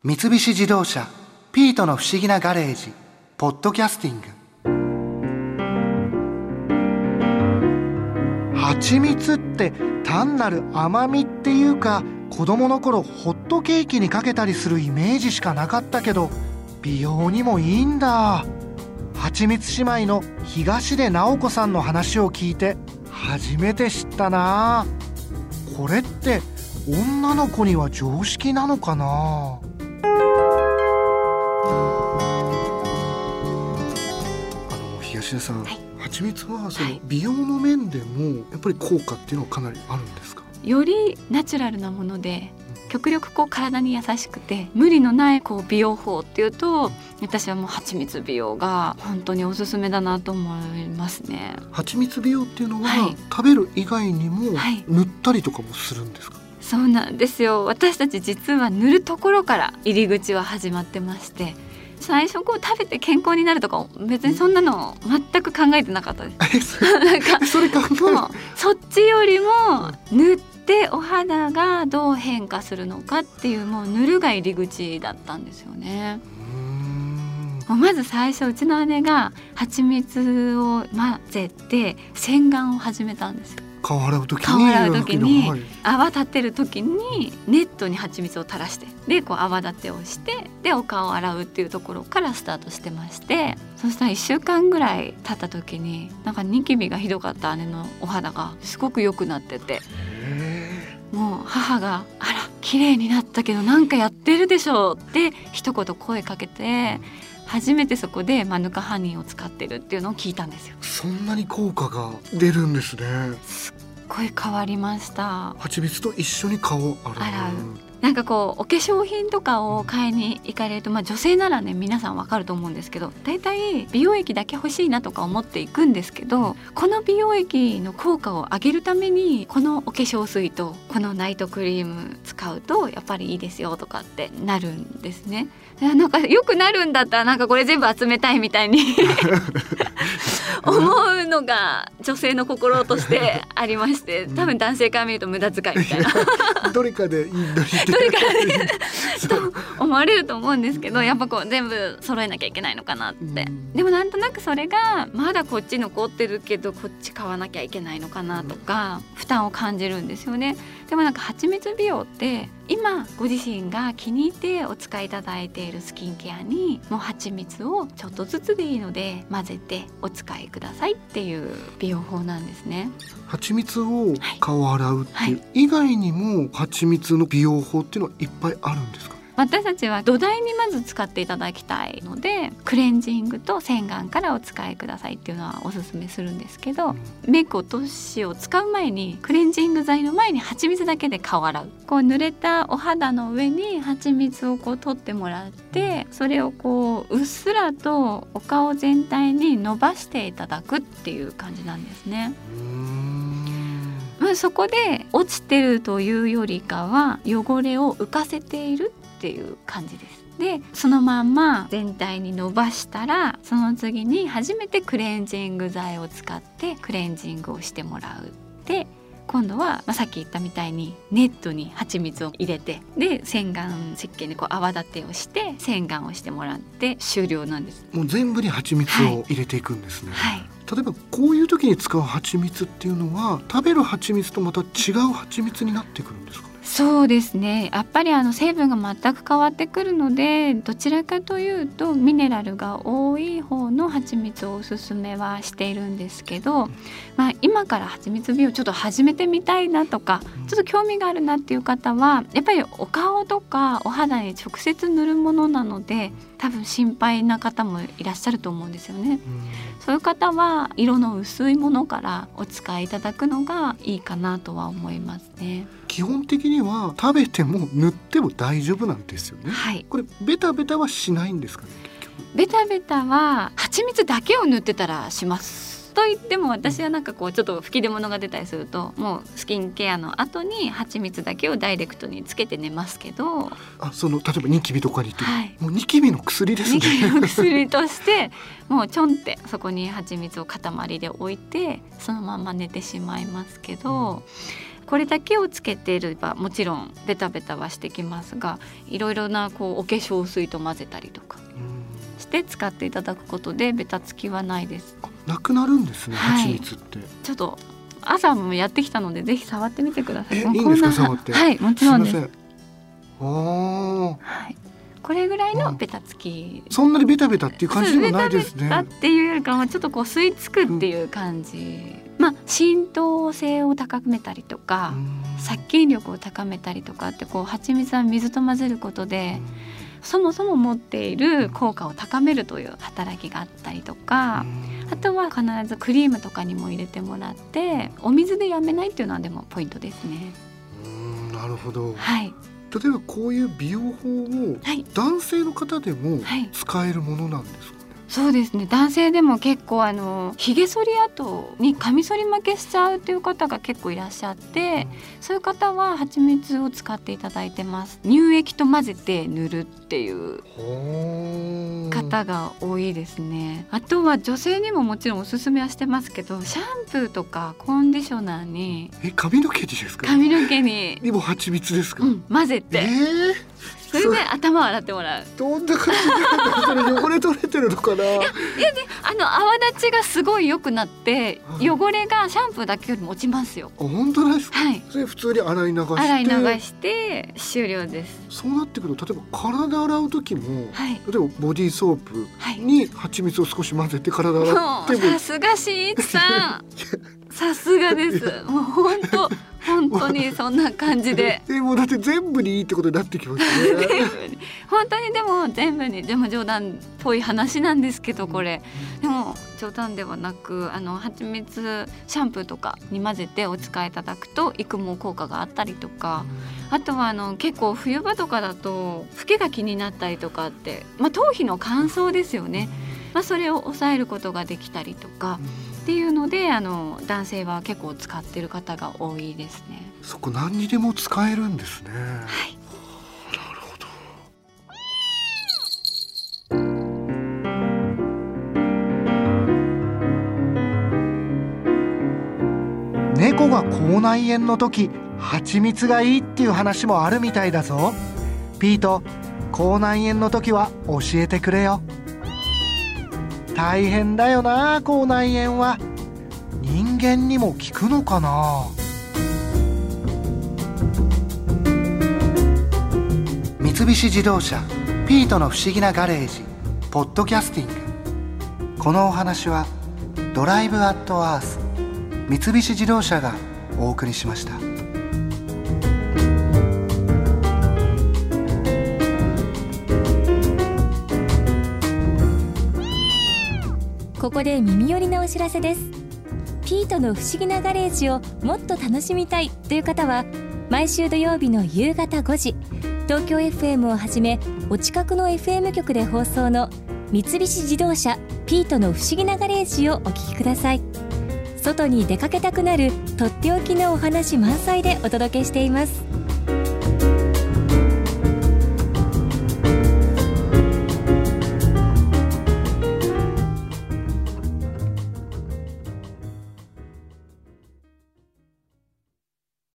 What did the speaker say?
三菱自動車ピートの不思議なガレージポッドキャスティング。蜂蜜って単なる甘みっていうか、子供の頃ホットケーキにかけたりするイメージしかなかったけど、美容にもいいんだ。蜂蜜姉妹の東出直子さんの話を聞いて初めて知ったな。これって女の子には常識なのかな。東出さん、蜂蜜はその美容の面でもやっぱり効果っていうのはかなりあるんですか？ よりナチュラルなもので、極力体に優しくて無理のない美容法っていうと、私はもう蜂蜜美容が本当におすすめだなと思いますね。 蜂蜜美容っていうのは、食べる以外にも塗ったりとかもするんですか？ そうなんですよ。私たち実は塗るところから入り口は始まってまして、最初食べて健康になるとか別にそんなの全く考えてなかったです。なんかそれ考えもうそっちよりも塗ってお肌がどう変化するのかっていう、もう塗るが入り口だったんですよね。まず最初うちの姉が蜂蜜を混ぜて洗顔を始めたんですよ。 顔洗う時に泡立てる時にネットに蜂蜜を垂らして、で泡立てをして、でお顔を洗うっていうところからスタートしてまして、そしたら1週間ぐらい経った時になんかニキビがひどかった姉のお肌がすごく良くなってて、もう母があら綺麗になったけどなんかやってるでしょって一言声かけて、初めてそこでマヌカハニーを使ってるっていうのを聞いたんですよ。 そんなに効果が出るんですね。 すっごい変わりました。 蜂蜜と一緒に顔を洗う。 なんかお化粧品とかを買いに行かれると、女性ならね皆さんわかると思うんですけど、だいたい美容液だけ欲しいなとか思っていくんですけど、この美容液の効果を上げるためにこのお化粧水とこのナイトクリーム使うとやっぱりいいですよとかってなるんですね。なんか良くなるんだったらなんかこれ全部集めたいみたいに思うのが女性の心としてありまして、多分男性から見ると無駄遣いみたいなどれかでいいと思われると思うんですけど、やっぱ全部揃えなきゃいけないのかなって。でもなんとなくそれがまだこっち残ってるけどこっち買わなきゃいけないのかなとか、負担を感じるんですよね。でもなんか蜂蜜美容って今ご自身が気に入ってお使いいただいているスキンケアにもう蜂蜜をちょっとずつでいいので混ぜてお使いくださいっていう美容法なんですね。 蜂蜜を顔を洗うっていう以外にも蜂蜜の美容法っていうのはいっぱいあるんですか？ 私たちは土台にまず使っていただきたいので、クレンジングと洗顔からお使いくださいっていうのはおすすめするんですけど、メイク落としを使う前にクレンジング剤の前に蜂蜜だけで顔洗う。濡れたお肌の上に蜂蜜を取ってもらって、それをうっすらとお顔全体に伸ばしていただくっていう感じなんですね。そこで落ちてるというよりかは汚れを浮かせているっていう感じです。でそのまんま全体に伸ばしたら、その次に初めてクレンジング剤を使ってクレンジングをしてもらう。で今度は、さっき言ったみたいにネットに蜂蜜を入れて、で洗顔石鹸で泡立てをして洗顔をしてもらって終了なんです。 もう全部に蜂蜜を入れていくんですね。例えばこういう時に使う蜂蜜っていうのは食べる蜂蜜とまた違う蜂蜜になってくるんですか？ そうですね、やっぱり成分が全く変わってくるので、どちらかというとミネラルが多い方の蜂蜜をおすすめはしているんですけど、今から蜂蜜美容ちょっと始めてみたいなとか、ちょっと興味があるなっていう方はやっぱりお顔とかお肌に直接塗るものなので、多分心配な方もいらっしゃると思うんですよね。そういう方は色の薄いものからお使いいただくのがいいかなとは思いますね。 基本的には食べても塗っても大丈夫なんですよね。これベタベタはしないんですかね？結局ベタベタは蜂蜜だけを塗ってたらします。と言っても私はなんかちょっと吹き出物が出たりすると、もうスキンケアの後に蜂蜜だけをダイレクトにつけて寝ますけど、 例えばニキビとかにもうニキビの薬ですね。 ニキビの薬としてもうちょんってそこに蜂蜜を塊で置いてそのまま寝てしまいますけど、 これだけをつけていればもちろんベタベタはしてきますが、いろいろなお化粧水と混ぜたりとかして使っていただくことでベタつきはないです。 なくなるんですね、蜂蜜って。 ちょっと朝もやってきたのでぜひ触ってみてください。 いいんですか、触って。 はい、もちろんです。 すいません。はい、 これぐらいのベタつき、 そんなにベタベタっていう感じではないですね。 ベタベタっていうよりかはちょっと吸い付くっていう感じ、浸透性を高めたりとか殺菌力を高めたりとかって蜂蜜は水と混ぜることでそもそも持っている効果を高めるという働きがあったりとか、あとは必ずクリームとかにも入れてもらってお水でやめないっていうのはでもポイントですね。 なるほど。 はい、 例えばこういう美容法を男性の方でも使えるものなんですか？ そうですね、男性でも結構ひげ剃り跡にカミソリ負けしちゃうという方が結構いらっしゃって、そういう方は蜂蜜を使っていただいてます。乳液と混ぜて塗るっていう方が多いですね。あとは女性にももちろんおすすめはしてますけど、シャンプーとかコンディショナーに髪の毛にですか？ 髪の毛にも蜂蜜ですか？ 混ぜて、それで頭を洗ってもらう。 どんな感じで汚れ取れてるのかな。いや泡立ちがすごい良くなって汚れがシャンプーだけよりも落ちますよ。 本当ですか？ はい、 それ普通に洗い流して終了です。 そうなってくると、例えば体洗う時も、例えばボディーソープに蜂蜜を少し混ぜて体洗っても、 さすがしんいちさんさすがです。もう本当にそんな感じでもうだって全部にいいってことになってきますね。 本当にでも全部に、でも冗談っぽい話なんですけど、これでも冗談ではなく蜂蜜シャンプーとかに混ぜてお使いいただくと育毛効果があったりとか、あとは結構冬場とかだとフケが気になったりとかって、頭皮の乾燥ですよね。それを抑えることができたりとかっていうので男性は結構使ってる方が多いですね。 そこ何にでも使えるんですね。 はい、なるほど。猫が口内炎の時蜂蜜がいいっていう話もあるみたいだぞ。ピート、口内炎の時は教えてくれよ。大変だよな、口内炎は。人間にも効くのかな。三菱自動車ピートの不思議なガレージポッドキャスティング。このお話はドライブアットアース三菱自動車がお送りしました。 ここで耳寄りなお知らせです。ピートの不思議なガレージをもっと楽しみたいという方は、毎週土曜日の夕方5時東京 FM をはじめお近くの FM 局で放送の三菱自動車ピートの不思議なガレージをお聞きください。外に出かけたくなるとっておきのお話満載でお届けしています。